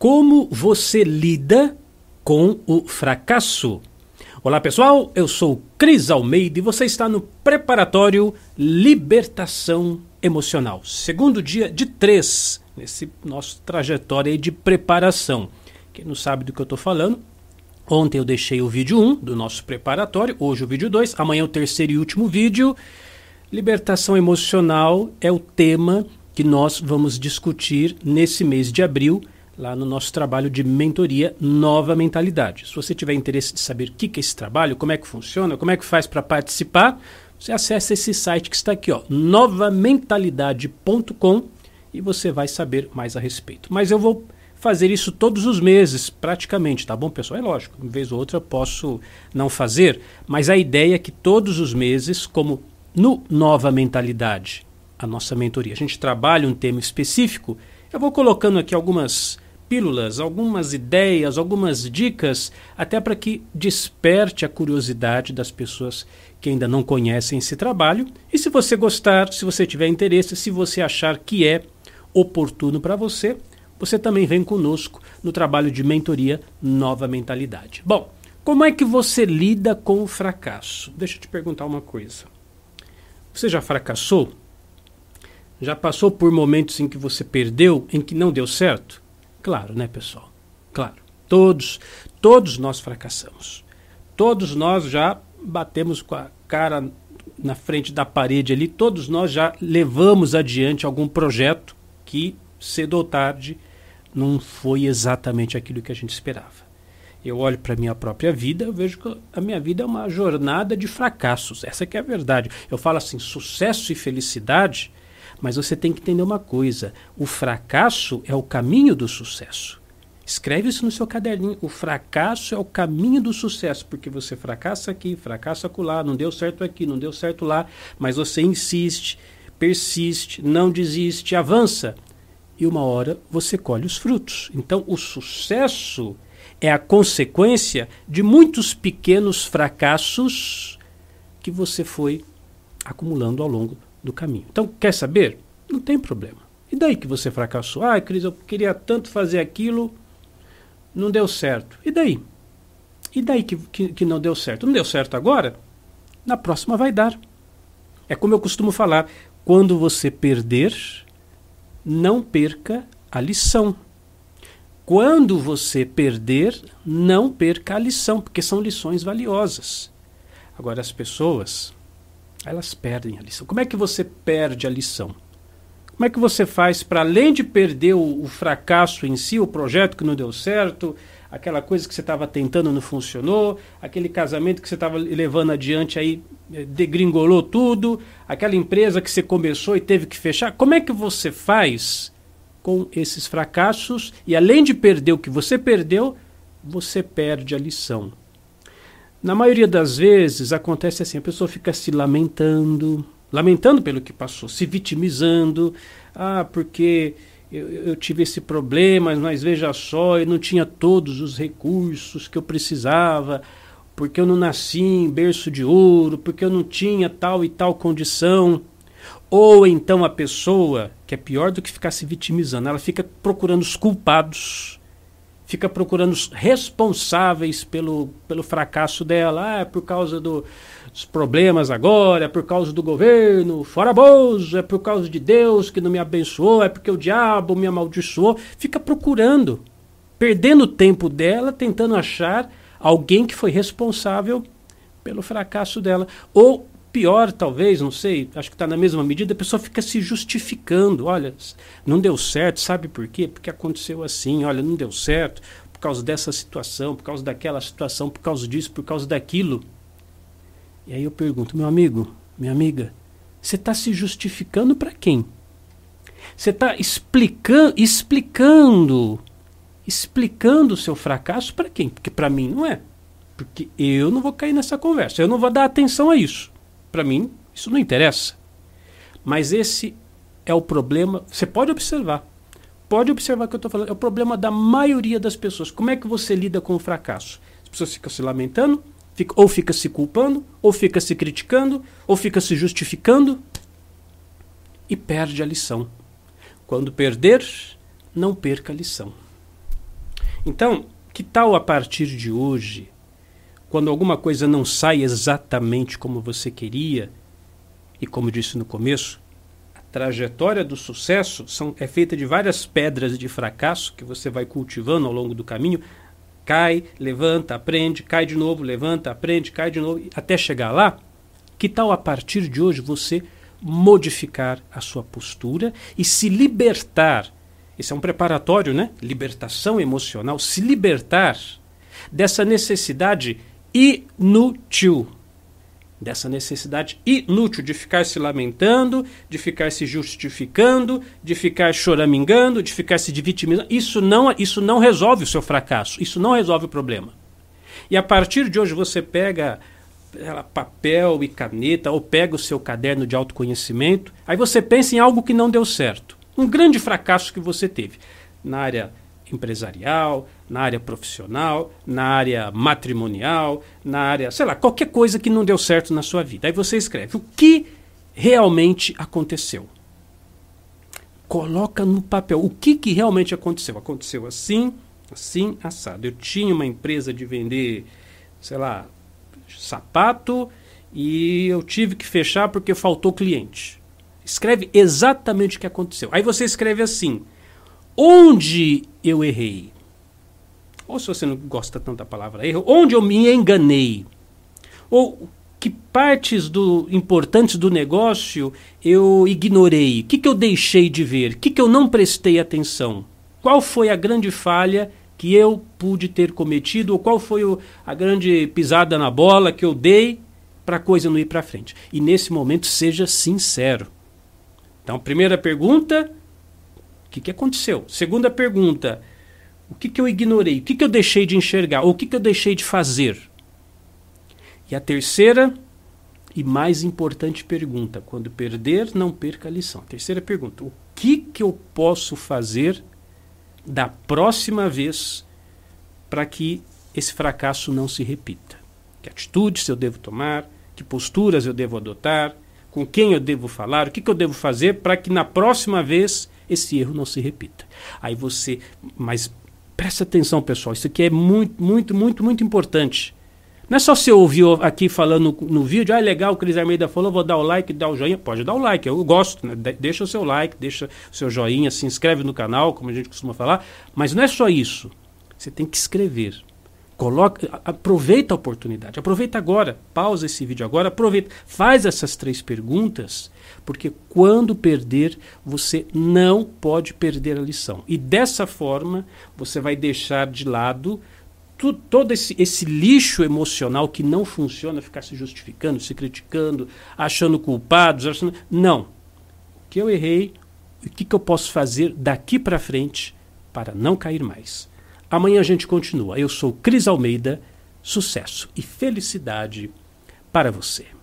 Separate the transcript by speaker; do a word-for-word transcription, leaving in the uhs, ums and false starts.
Speaker 1: Como você lida com o fracasso? Olá pessoal, eu sou Cris Almeida e você está no Preparatório Libertação Emocional. Segundo dia de três, nesse nosso trajetória de preparação. Quem não sabe do que eu estou falando, ontem eu deixei o vídeo um do nosso preparatório, hoje o vídeo dois, amanhã o terceiro e último vídeo. Libertação emocional é o tema que nós vamos discutir nesse mês de abril, lá no nosso trabalho de mentoria Nova Mentalidade. Se você tiver interesse de saber o que é esse trabalho, como é que funciona, como é que faz para participar, você acessa esse site que está aqui, ó, nova mentalidade ponto com, e você vai saber mais a respeito. Mas eu vou fazer isso todos os meses, praticamente, tá bom, pessoal? É lógico, uma vez ou outra eu posso não fazer, mas a ideia é que todos os meses, como no Nova Mentalidade, a nossa mentoria, a gente trabalha um tema específico, eu vou colocando aqui algumas pílulas, algumas ideias, algumas dicas, até para que desperte a curiosidade das pessoas que ainda não conhecem esse trabalho. E se você gostar, se você tiver interesse, se você achar que é oportuno para você, você também vem conosco no trabalho de mentoria Nova Mentalidade. Bom, como é que você lida com o fracasso? Deixa eu te perguntar uma coisa. Você já fracassou? Já passou por momentos em que você perdeu, em que não deu certo? Claro, né, pessoal? Claro. Todos, todos nós fracassamos. Todos nós já batemos com a cara na frente da parede ali, todos nós já levamos adiante algum projeto que, cedo ou tarde, não foi exatamente aquilo que a gente esperava. Eu olho para a minha própria vida, eu vejo que a minha vida é uma jornada de fracassos. Essa que é a verdade. Eu falo assim, sucesso e felicidade, mas você tem que entender uma coisa. O fracasso é o caminho do sucesso. Escreve isso no seu caderninho. O fracasso é o caminho do sucesso, porque você fracassa aqui, fracassa acolá, não deu certo aqui, não deu certo lá, mas você insiste, persiste, não desiste, avança. E uma hora você colhe os frutos. Então o sucesso é a consequência de muitos pequenos fracassos que você foi acumulando ao longo do caminho. Então, quer saber? Não tem problema. E daí que você fracassou? Ah, Cris, eu queria tanto fazer aquilo, não deu certo. E daí? E daí que, que, que não deu certo? Não deu certo agora? Na próxima vai dar. É como eu costumo falar, quando você perder, não perca a lição. Quando você perder, não perca a lição, porque são lições valiosas. Agora, as pessoas, elas perdem a lição. Como é que você perde a lição? Como é que você faz para, além de perder o, o fracasso em si, o projeto que não deu certo, aquela coisa que você estava tentando não funcionou, aquele casamento que você estava levando adiante aí degringolou tudo, aquela empresa que você começou e teve que fechar, como é que você faz com esses fracassos e, além de perder o que você perdeu, você perde a lição? Na maioria das vezes acontece assim, a pessoa fica se lamentando, lamentando pelo que passou, se vitimizando, ah, porque eu, eu tive esse problema, mas veja só, eu não tinha todos os recursos que eu precisava, porque eu não nasci em berço de ouro, porque eu não tinha tal e tal condição. Ou então a pessoa, que é pior do que ficar se vitimizando, ela fica procurando os culpados, fica procurando os responsáveis pelo, pelo fracasso dela. Ah, é por causa do, dos problemas agora, é por causa do governo, fora Bozo, é por causa de Deus que não me abençoou, é porque o diabo me amaldiçoou. Fica procurando, perdendo o tempo dela, tentando achar alguém que foi responsável pelo fracasso dela. Ou pior, talvez, não sei, acho que está na mesma medida, a pessoa fica se justificando. Olha, não deu certo, sabe por quê? Porque aconteceu assim, olha, não deu certo por causa dessa situação, por causa daquela situação, por causa disso, por causa daquilo. E aí eu pergunto, meu amigo, minha amiga, você está se justificando para quem? Você está explicando, explicando, explicando o seu fracasso para quem? Porque para mim não é. Porque eu não vou cair nessa conversa, eu não vou dar atenção a isso. Para mim, isso não interessa. Mas esse é o problema. Você pode observar. Pode observar o que eu estou falando. É o problema da maioria das pessoas. Como é que você lida com o fracasso? As pessoas ficam se lamentando, fica, ou fica se culpando, ou fica se criticando, ou fica se justificando e perde a lição. Quando perder, não perca a lição. Então, que tal a partir de hoje, quando alguma coisa não sai exatamente como você queria, e como disse no começo, a trajetória do sucesso são, é feita de várias pedras de fracasso que você vai cultivando ao longo do caminho, cai, levanta, aprende, cai de novo, levanta, aprende, cai de novo, até chegar lá. Que tal a partir de hoje você modificar a sua postura e se libertar? Esse é um preparatório, né? Libertação emocional, se libertar dessa necessidade inútil, dessa necessidade inútil de ficar se lamentando, de ficar se justificando, de ficar choramingando, de ficar se vitimizando. Isso não, isso não resolve o seu fracasso, isso não resolve o problema. E a partir de hoje você pega ela, papel e caneta, ou pega o seu caderno de autoconhecimento, aí você pensa em algo que não deu certo. Um grande fracasso que você teve na área empresarial, na área profissional, na área matrimonial, na área, sei lá, qualquer coisa que não deu certo na sua vida. Aí você escreve o que realmente aconteceu. Coloca no papel o que, que realmente aconteceu. Aconteceu assim, assim, assado. Eu tinha uma empresa de vender, sei lá, sapato e eu tive que fechar porque faltou cliente. Escreve exatamente o que aconteceu. Aí você escreve assim: onde eu errei? Ou se você não gosta tanto da palavra erro, onde eu me enganei? Ou que partes do, importantes do negócio eu ignorei? O que, que eu deixei de ver? O que, que eu não prestei atenção? Qual foi a grande falha que eu pude ter cometido? Ou qual foi o, a grande pisada na bola que eu dei para a coisa não ir para frente? E nesse momento seja sincero. Então, primeira pergunta, o que, que aconteceu? Segunda pergunta, o que, que eu ignorei? O que, que eu deixei de enxergar? Ou o que, que eu deixei de fazer? E a terceira e mais importante pergunta, quando perder, não perca a lição. A terceira pergunta, o que, que eu posso fazer da próxima vez para que esse fracasso não se repita? Que atitudes eu devo tomar? Que posturas eu devo adotar? Com quem eu devo falar? O que, que eu devo fazer para que na próxima vez esse erro não se repita? Aí você... Mas presta atenção, pessoal. Isso aqui é muito, muito, muito, muito importante. Não é só você ouvir aqui falando no, no vídeo, ah, legal, o Cris Almeida falou, vou dar o like, dar o joinha. Pode dar o like, eu gosto, né? De- deixa o seu like, deixa o seu joinha, se inscreve no canal, como a gente costuma falar. Mas não é só isso. Você tem que escrever. Coloca, aproveita a oportunidade, aproveita agora, pausa esse vídeo agora, aproveita, faz essas três perguntas, porque quando perder, você não pode perder a lição. E dessa forma, você vai deixar de lado tu, todo esse, esse lixo emocional que não funciona, ficar se justificando, se criticando, achando culpados, achando... Não. O que eu errei, o que, que eu posso fazer daqui para frente para não cair mais? Amanhã a gente continua. Eu sou Cris Almeida. Sucesso e felicidade para você.